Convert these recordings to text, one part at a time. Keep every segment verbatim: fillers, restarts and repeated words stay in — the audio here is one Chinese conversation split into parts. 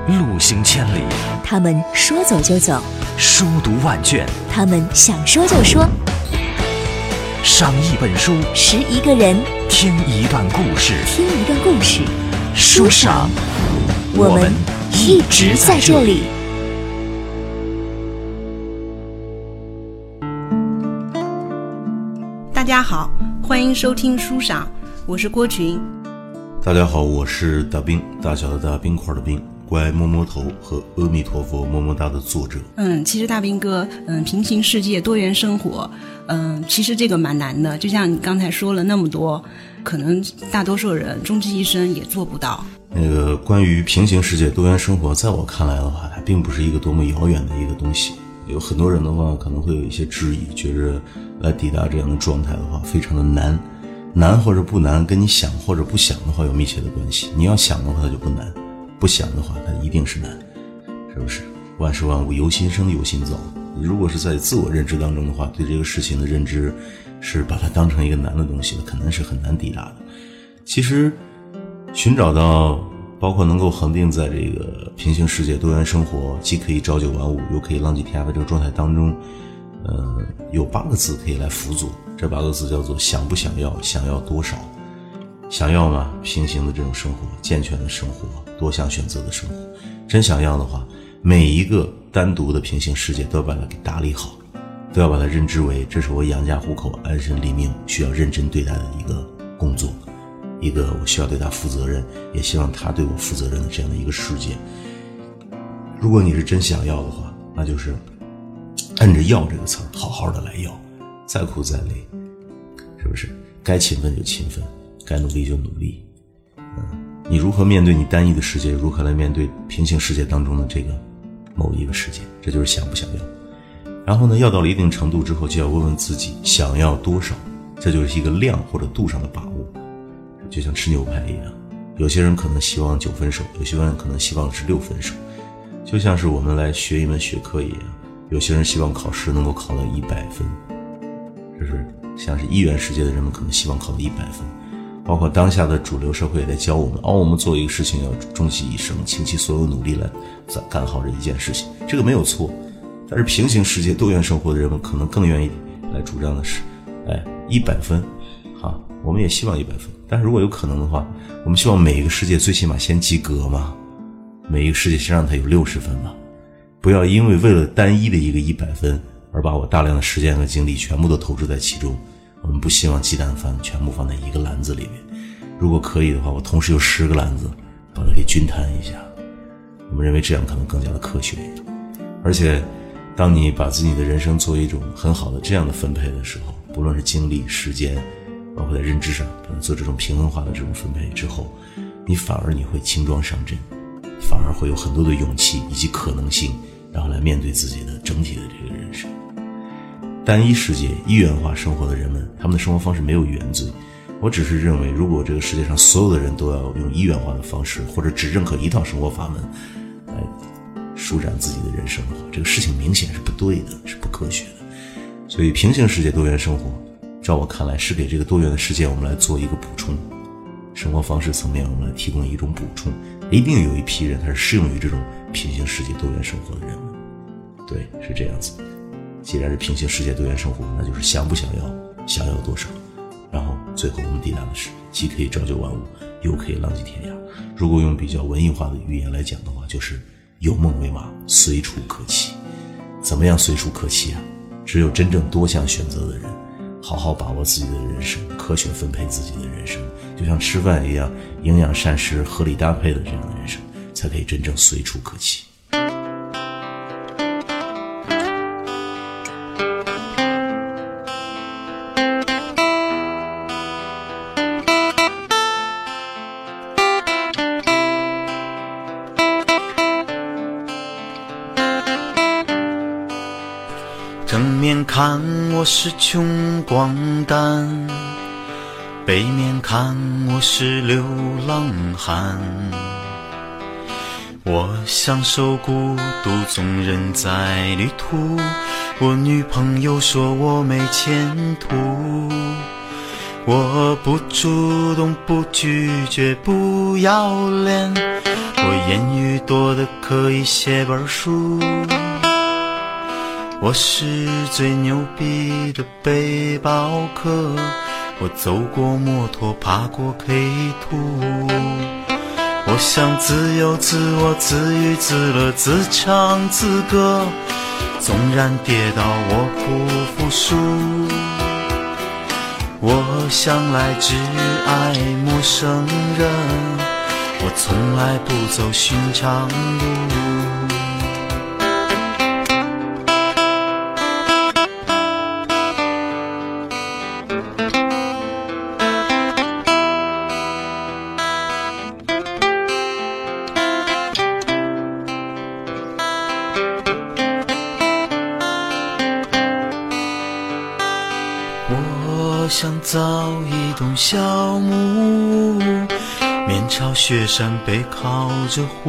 路行千里， 他们说走就走， 书读万卷， 他们想说就说。 上一本书， 识一个人， 听一段故事， 听一段故事。 书赏， 我们一直在这里。 大家好，欢迎收听书赏，我是郭群。 大家好，我是大冰，大小的大，冰块的冰，乖摸摸头和阿弥陀佛么么哒的作者。 嗯，其实大兵哥，嗯，平行世界多元生活，嗯，其实这个蛮难的。就像你刚才说了那么多，可能大多数人终其一生也做不到。 那个关于平行世界多元生活，在我看来的话，它并不是一个多么遥远的一个东西。有很多人的话，可能会有一些质疑，觉着来抵达这样的状态的话，非常的难。难或者不难，跟你想或者不想的话有密切的关系。你要想的话，它就不难；不想的话，它一定是难，是不是？万事万物由心生，由心造。你如果是在自我认知当中的话，对这个事情的认知是把它当成一个难的东西的，可能是很难抵达的。其实，寻找到包括能够恒定在这个平行世界多元生活，既可以朝九晚五，又可以浪迹天涯的这个状态当中，呃，有八个字可以来辅佐。这八个字叫做想不想要，想要多少。想要嘛，平行的这种生活，健全的生活，多项选择的生活。真想要的话，每一个单独的平行世界都要把它给打理好，都要把它认知为这是我养家糊口、安身立命需要认真对待的一个工作，一个我需要对他负责任，也希望他对我负责任的这样的一个世界。如果你是真想要的话，那就是按着要这个词儿好好的来要，再苦再累，是不是？该勤奋就勤奋，该努力就努力。嗯，你如何面对你单一的世界，如何来面对平行世界当中的这个某一个世界，这就是想不想要。然后呢，要到了一定程度之后，就要问问自己想要多少，这就是一个量或者度上的把握。就像吃牛排一样，有些人可能希望九分熟，有些人可能希望是六分熟。就像是我们来学一门学科一样，有些人希望考试能够考到一百分，就是像是一元世界的人们可能希望考到一百分。包括当下的主流社会也在教我们，哦，我们做一个事情要终其一生，倾其所有努力来干好这一件事情，这个没有错。但是平行世界多元生活的人们可能更愿意来主张的是，哎，一百分，哈，我们也希望一百分。但是如果有可能的话，我们希望每一个世界最起码先及格嘛，每一个世界先让它有六十分嘛，不要因为为了单一的一个一百分而把我大量的时间和精力全部都投资在其中。我们不希望鸡蛋饭全部放在一个篮子里面，如果可以的话，我同时有十个篮子把它给均摊一下。我们认为这样可能更加的科学。而且当你把自己的人生做一种很好的这样的分配的时候，不论是精力、时间，包括在认知上把它做这种平衡化的这种分配之后，你反而你会轻装上阵，反而会有很多的勇气以及可能性，然后来面对自己的整体的这个人生。单一世界一元化生活的人们，他们的生活方式没有原罪。我只是认为，如果这个世界上所有的人都要用一元化的方式，或者只认可一套生活法门来舒展自己的人生的话，这个事情明显是不对的，是不科学的。所以平行世界多元生活，照我看来是给这个多元的世界我们来做一个补充，生活方式层面我们来提供一种补充。一定有一批人他是适用于这种平行世界多元生活的人们，对，是这样子。既然是平行世界多元生活，那就是想不想要，想要多少。然后最后我们抵达的是既可以朝九晚五，又可以浪迹天涯。如果用比较文艺化的语言来讲的话，就是有梦为马，随处可栖。怎么样随处可栖啊？只有真正多项选择的人，好好把握自己的人生，科学分配自己的人生，就像吃饭一样，营养膳食合理搭配的这样的人生，才可以真正随处可栖。 正面看我是穷光蛋，背面看我是流浪汉。我享受孤独，纵人在旅途。我女朋友说我没前途，我不主动，不拒绝，不要脸。我言语多的可以写本书。我是最牛逼的背包客，我走过摩托，爬过 K 图。我想自由自我，自娱自乐，自唱自歌，纵然跌倒我不服输。我向来只爱陌生人，我从来不走寻常路。我想造一栋小木屋，面朝雪山，背靠着湖。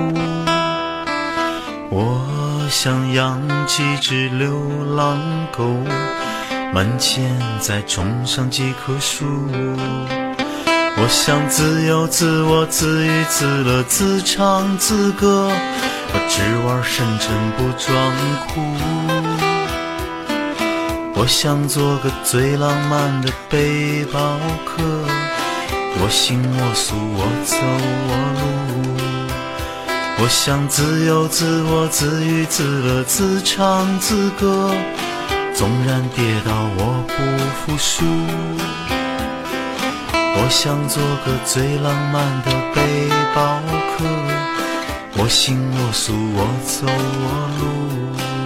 我想养几只流浪狗，门前再种上几棵树。我想自由自我，自娱自乐，自唱自歌，我只玩深沉不装酷。我想做个最浪漫的背包客，我行我素，我走我路。我想自由自我，自娱自乐，自唱自歌，纵然跌倒我不服输。我想做个最浪漫的背包客，我行我素，我走我路。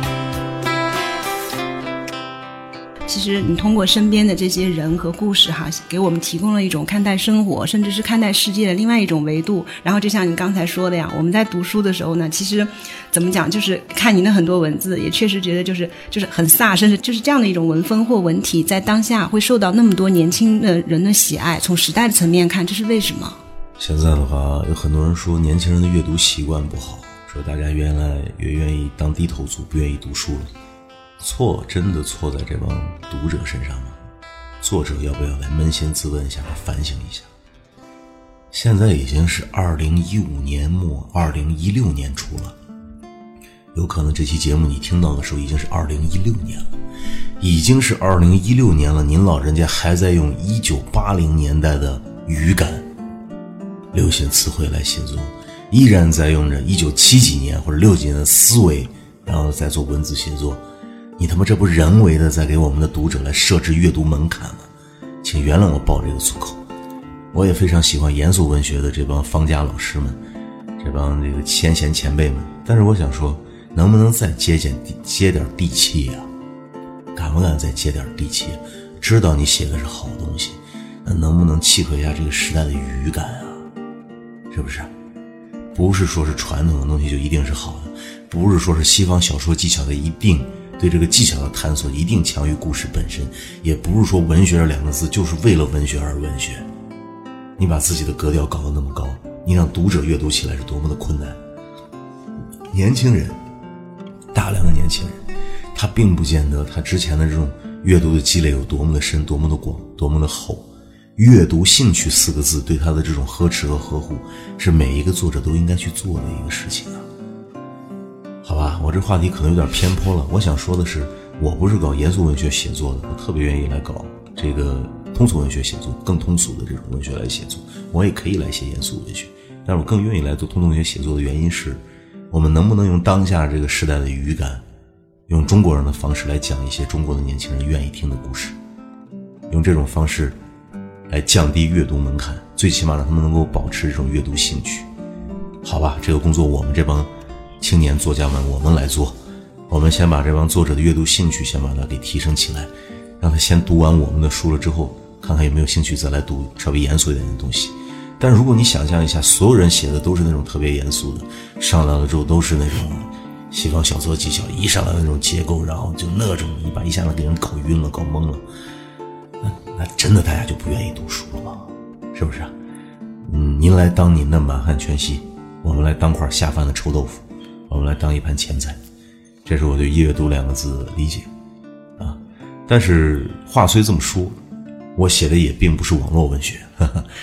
其实你通过身边的这些人和故事哈，给我们提供了一种看待生活甚至是看待世界的另外一种维度。然后就像你刚才说的呀，我们在读书的时候呢，其实怎么讲，就是看您的很多文字，也确实觉得就是就是很飒，甚至就是这样的一种文风或文体在当下会受到那么多年轻的人的喜爱。从时代的层面看，这是为什么？ 现在的话，有很多人说年轻人的阅读习惯不好，说大家原来越愿意当低头族，不愿意读书了。错真的错在这帮读者身上吗？作者要不要来扪心自问一下，来反省一下？现在已经是二零一五年末二零一六年初了，有可能这期节目你听到的时候已经是二零一六年了，已经是二零一六年了，您老人家还在用一九八零年代的语感流行词汇来写作，依然在用着一九七几年或者六几年的思维，然后再做文字写作。你他妈这不人为的在给我们的读者来设置阅读门槛吗？请原谅我爆这个粗口。我也非常喜欢严肃文学的这帮方家老师们，这帮这个先贤前辈们，但是我想说，能不能再接点接点地气啊？敢不敢再接点地气？知道你写的是好东西，那能不能契合一下这个时代的语感啊？是不是？不是说是传统的东西就一定是好的，不是说是西方小说技巧的一定对这个技巧的探索一定强于故事本身，也不是说文学这两个字就是为了文学而文学。你把自己的格调搞得那么高，你让读者阅读起来是多么的困难。年轻人，大量的年轻人，他并不见得他之前的这种阅读的积累有多么的深，多么的广，多么的厚。阅读兴趣四个字对他的这种呵斥和呵护，是每一个作者都应该去做的一个事情啊。好吧，我这话题可能有点偏颇了。我想说的是，我不是搞严肃文学写作的，我特别愿意来搞这个通俗文学写作，更通俗的这种文学来写作。我也可以来写严肃文学，但是我更愿意来做通俗文学写作的原因是，我们能不能用当下这个时代的语感，用中国人的方式来讲一些中国的年轻人愿意听的故事，用这种方式来降低阅读门槛，最起码让他们能够保持这种阅读兴趣。好吧，这个工作我们这帮青年作家们我们来做，我们先把这帮作者的阅读兴趣先把它给提升起来，让他先读完我们的书了之后，看看有没有兴趣再来读稍微严肃一点的东西。但如果你想象一下，所有人写的都是那种特别严肃的，上来了之后都是那种西方小说技巧，一上来那种结构，然后就那种你把一下子给人搞晕了搞懵了，那那真的大家就不愿意读书了吗？是不是？嗯，您来当您的满汉全席，我们来当块下饭的臭豆腐，我们来当一盘前菜。这是我对阅读两个字的理解啊。但是话虽这么说，我写的也并不是网络文学，呵呵，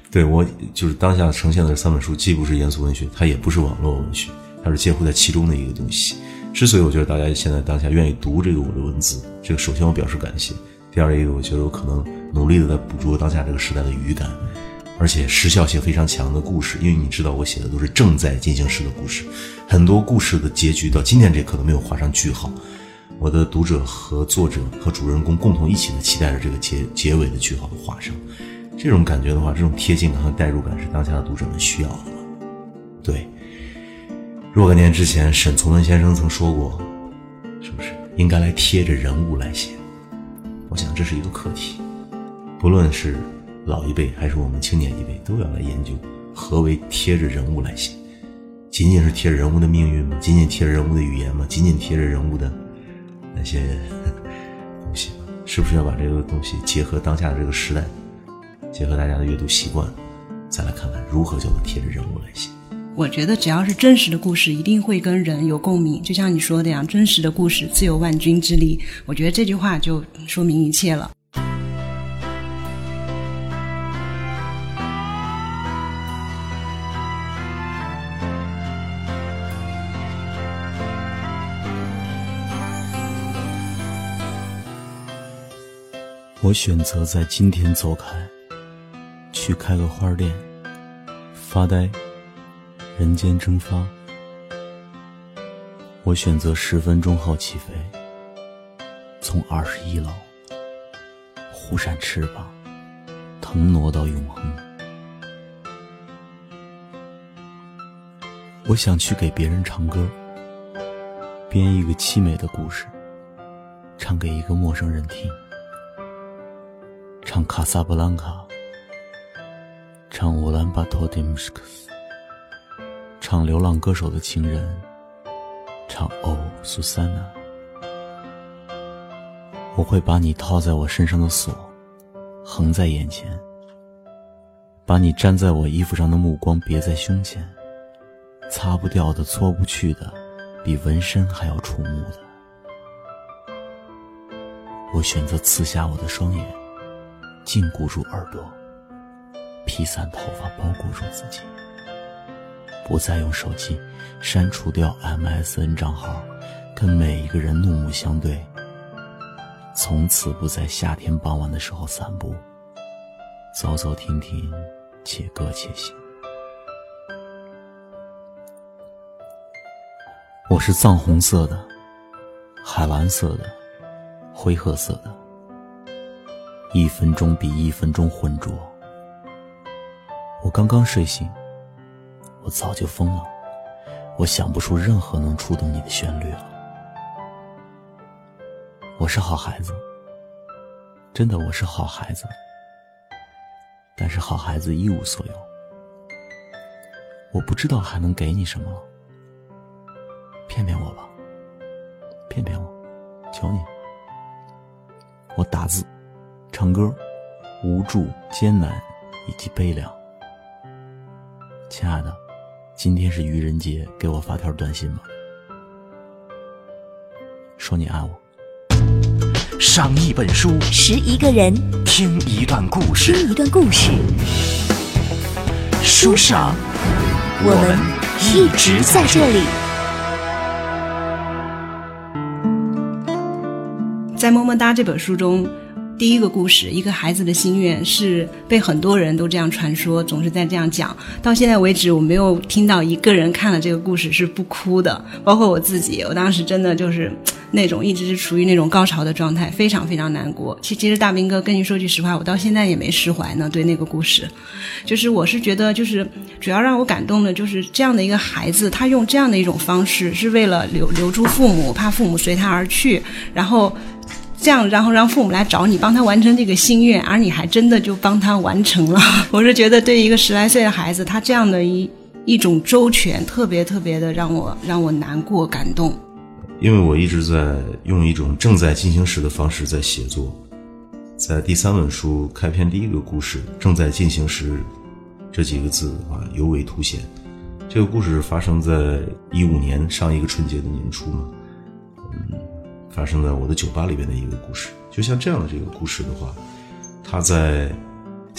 对，我就是当下呈现的这三本书既不是严肃文学，它也不是网络文学，它是介乎在其中的一个东西。之所以我觉得大家现在当下愿意读这个我的文字，这个首先我表示感谢，第二一个我觉得我可能努力的在捕捉当下这个时代的语感，而且时效性非常强的故事。因为你知道我写的都是正在进行时的故事，很多故事的结局到今天这刻都没有画上句号，我的读者和作者和主人公共同一起的期待着这个结结尾的句号的画上。这种感觉的话，这种贴近感和代入感是当下的读者们需要的嘛？对，若干年之前沈从文先生曾说过，是不是应该来贴着人物来写？我想这是一个课题，不论是老一辈还是我们青年一辈，都要来研究何为贴着人物来写。仅仅是贴着人物的命运吗？仅仅贴着人物的语言吗？仅仅贴着人物的那些东西吗？是不是要把这个东西结合当下的这个时代，结合大家的阅读习惯，再来看看如何叫做贴着人物来写。 我觉得只要是真实的故事，一定会跟人有共鸣，就像你说的样，真实的故事自有万钧之力。我觉得这句话就说明一切了。 我选择在今天走开，去开个花店，发呆，人间蒸发。我选择十分钟后起飞，从二十一楼忽闪翅膀，腾挪到永恒。我想去给别人唱歌，编一个凄美的故事，唱给一个陌生人听。唱卡萨布兰卡，唱乌兰巴托迪姆斯克斯，唱流浪歌手的情人，唱哦苏珊娜。我会把你套在我身上的锁横在眼前，把你粘在我衣服上的目光别在胸前，擦不掉的搓不去的，比纹身还要触目的。我选择刺瞎我的双眼，禁锢住耳朵，披散头发包裹住自己，不再用手机删除掉 M S N 账号，跟每一个人怒目相对，从此不在夏天傍晚的时候散步，走走停停，且歌且行。我是藏红色的，海蓝色的，灰褐色的，一分钟比一分钟浑浊。我刚刚睡醒，我早就疯了，我想不出任何能触动你的旋律了。我是好孩子，真的我是好孩子，但是好孩子一无所有，我不知道还能给你什么了。骗骗我吧，骗骗我，求你。我打字唱歌，无助、艰难以及悲凉。亲爱的，今天是愚人节，给我发条短信吧，说你爱我。 赏一本书， 识一个人， 听一段故事。 听一段故事。 书赏， 我们一直在这里。 在么么哒这本书中，第一个故事，一个孩子的心愿，是被很多人都这样传说，总是在这样讲。到现在为止，我没有听到一个人看了这个故事是不哭的，包括我自己。我当时真的就是那种一直是处于那种高潮的状态，非常非常难过。其其实大兵哥跟你说句实话，我到现在也没释怀呢。对那个故事，就是我是觉得，就是主要让我感动的，就是这样的一个孩子，他用这样的一种方式，是为了留留住父母，怕父母随他而去，然后。这样然后让父母来找你，帮他完成这个心愿，而你还真的就帮他完成了。我是觉得对一个十来岁的孩子，他这样的一一种周全，特别特别的让我让我难过感动。 因为我一直在用一种正在进行时的方式在写作，在第三本书开篇第一个故事正在进行时这几个字的话尤为凸显。这个故事发生在一五年上一个春节的年初嘛，嗯发生在我的酒吧里边的一个故事。就像这样的这个故事的话，它在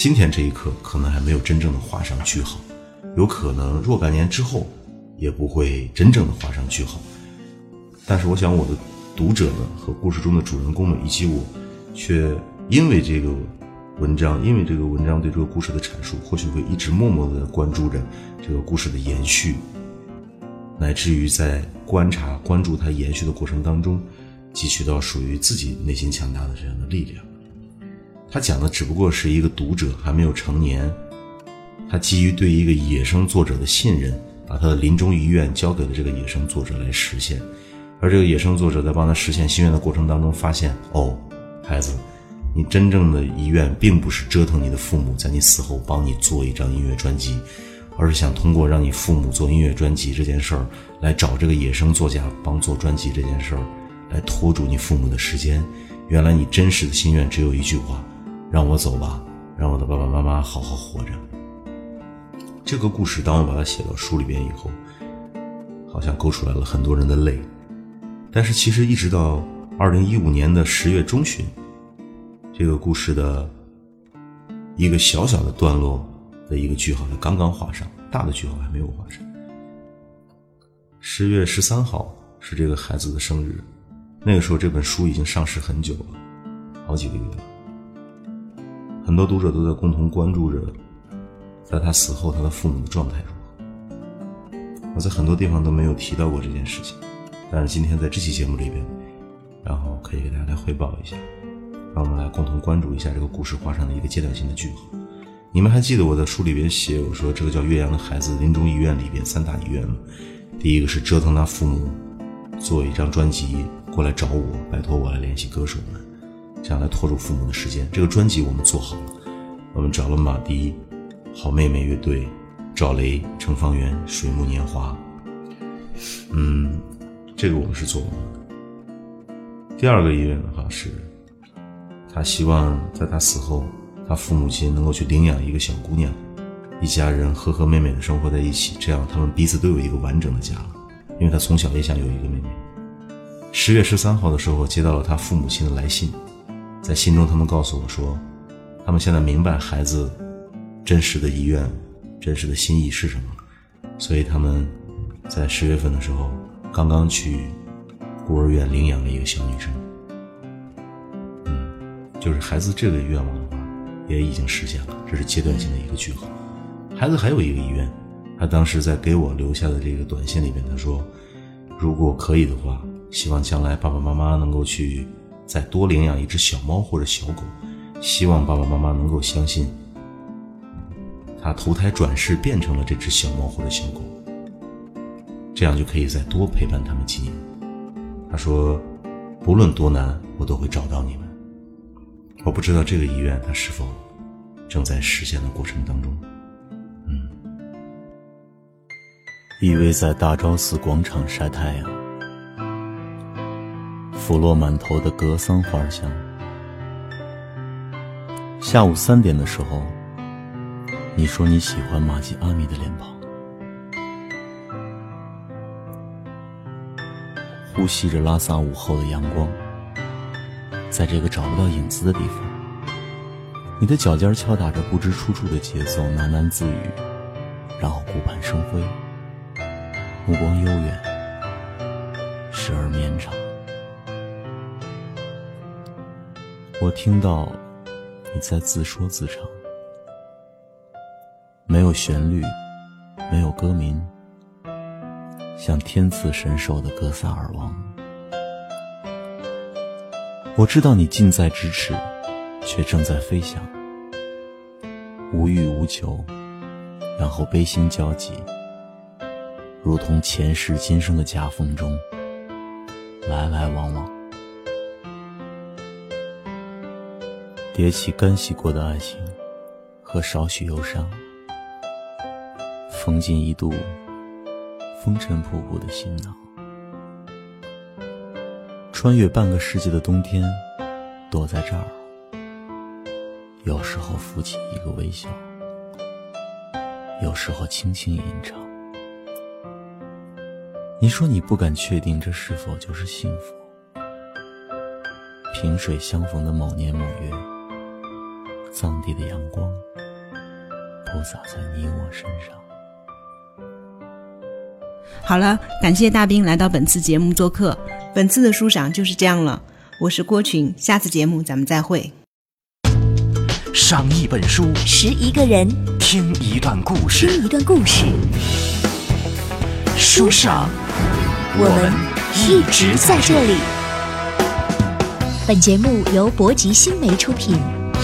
今天这一刻可能还没有真正的画上句号，有可能若干年之后也不会真正的画上句号。但是我想我的读者们和故事中的主人公们以及我，却因为这个文章因为这个文章对这个故事的阐述，或许会一直默默地关注着这个故事的延续，乃至于在观察关注它延续的过程当中，汲取到属于自己内心强大的这样的力量。他讲的只不过是一个读者还没有成年，他基于对一个野生作者的信任，把他的临终遗愿交给了这个野生作者来实现。而这个野生作者在帮他实现心愿的过程当中发现，哦，孩子，你真正的遗愿并不是折腾你的父母在你死后帮你做一张音乐专辑，而是想通过让你父母做音乐专辑这件事儿，来找这个野生作家帮做专辑这件事儿，来拖住你父母的时间。原来你真实的心愿只有一句话，让我走吧，让我的爸爸妈妈好好活着。这个故事当我把它写到书里边以后，好像勾出来了很多人的泪。但是其实一直到二零一五年的十月中旬，这个故事的一个小小的段落的一个句号才刚刚画上，大的句号还没有画上。十月十三号是这个孩子的生日，那个时候这本书已经上市很久了，好几个月了。很多读者都在共同关注着在他死后他的父母的状态如何。我在很多地方都没有提到过这件事情，但是今天在这期节目里边，然后可以给大家来汇报一下，让我们来共同关注一下这个故事画上的一个阶段性的句号。你们还记得我在书里边写，我说这个叫岳阳的孩子临终遗愿里边三大遗愿吗？第一个是折腾他父母做一张专辑过来找我，拜托我来联系歌手们，这样来拖住父母的时间。这个专辑我们做好了，我们找了马迪、好妹妹乐队、赵雷、程方圆、水木年华，嗯，这个我们是做完了。第二个遗愿的话是，他希望在他死后，他父母亲能够去领养一个小姑娘，一家人和和美美的生活在一起，这样他们彼此都有一个完整的家了。因为他从小也想有一个妹妹。十月十三号的时候，我接到了他父母亲的来信，在信中他们告诉我说，他们现在明白孩子真实的遗愿、真实的心意是什么，所以他们在十月份的时候刚刚去孤儿院领养了一个小女生。嗯，就是孩子这个愿望的话也已经实现了，这是阶段性的一个句号。孩子还有一个遗愿，他当时在给我留下的这个短信里面，他说如果可以的话，希望将来爸爸妈妈能够去再多领养一只小猫或者小狗，希望爸爸妈妈能够相信他投胎转世变成了这只小猫或者小狗，这样就可以再多陪伴他们几年。他说不论多难我都会找到你们。我不知道这个遗愿他是否正在实现的过程当中。嗯， 依偎在大昭寺广场晒太阳，拂落满头的格桑花香。下午三点的时候，你说你喜欢玛吉阿米的脸庞，呼吸着拉萨午后的阳光，在这个找不到影子的地方，你的脚尖敲打着不知出处的节奏，喃喃自语，然后顾盼生辉，目光悠远，时而绵长。我听到你在自说自唱，没有旋律，没有歌名，像天赐神兽的格萨尔王。我知道你近在咫尺，却正在飞翔，无欲无求，然后悲心交集，如同前世今生的夹缝中来来往往，叠起干洗过的爱情和少许忧伤，缝进一度风尘仆仆的行囊，穿越半个世纪的冬天，躲在这儿，有时候浮起一个微笑，有时候轻轻吟唱。你说你不敢确定这是否就是幸福。萍水相逢的某年某月，藏地的阳光洒在你我身上。 好了，感谢大兵来到本次节目做客，本次的书赏就是这样了。我是郭群，下次节目咱们再会。 赏一本书， 识一个人， 听一段故事， 听一段故事。 书赏， 我们一直在这里。本节目由博吉新媒出品。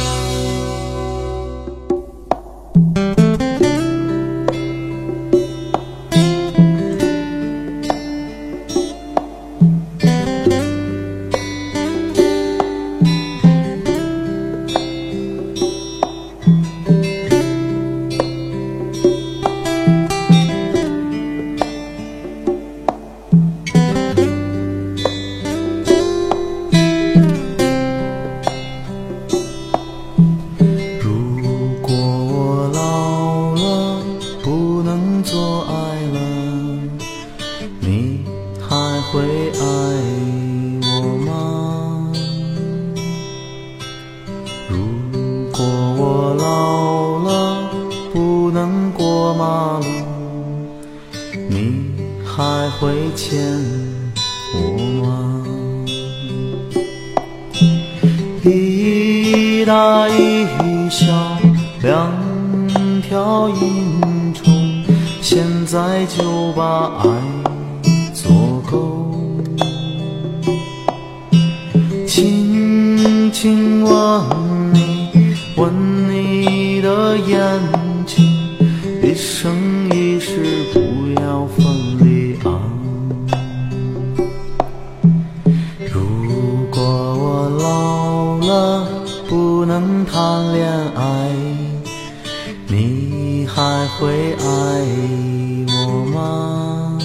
还会牵我吗？一大一小两条银虫，现在就把爱做够，轻轻吻你，吻你的眼睛，一生一世不要分离啊！如果我老了不能谈恋爱，你还会爱我吗？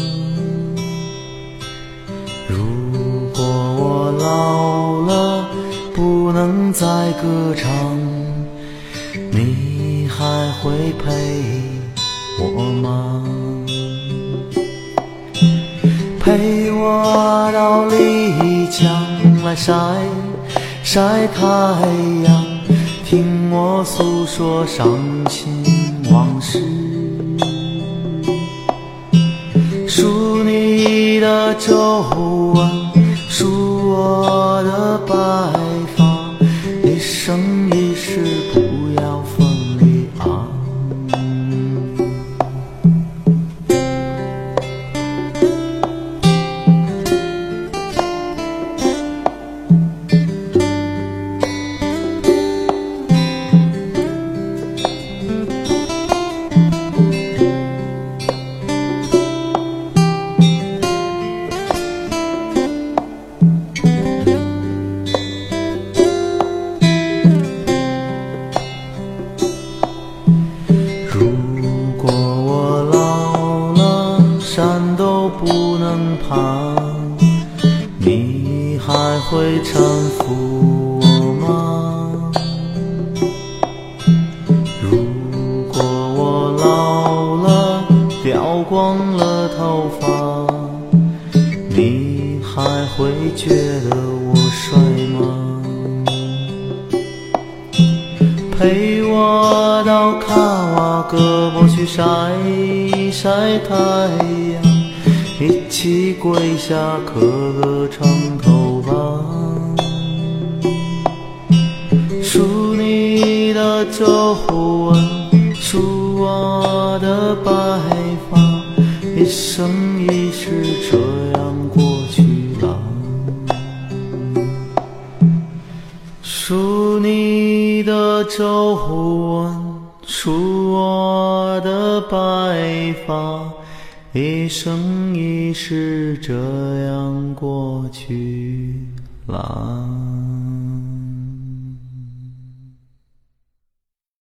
如果我老了不能再歌唱，你还会陪我吗？陪我到丽江来晒晒太阳，听我诉说伤心往事，数你的皱纹，数我的白发，一生一世不要分离啊！你还会搀扶我吗？如果我老了掉光了头发，你还会觉得我帅吗？陪我到卡瓦戈博去晒晒太阳，一起跪下磕个长头吧，数你的皱纹，数我的白发，一生一世这样过去了。数你的皱纹，数我的白发，一生一世这样过去了。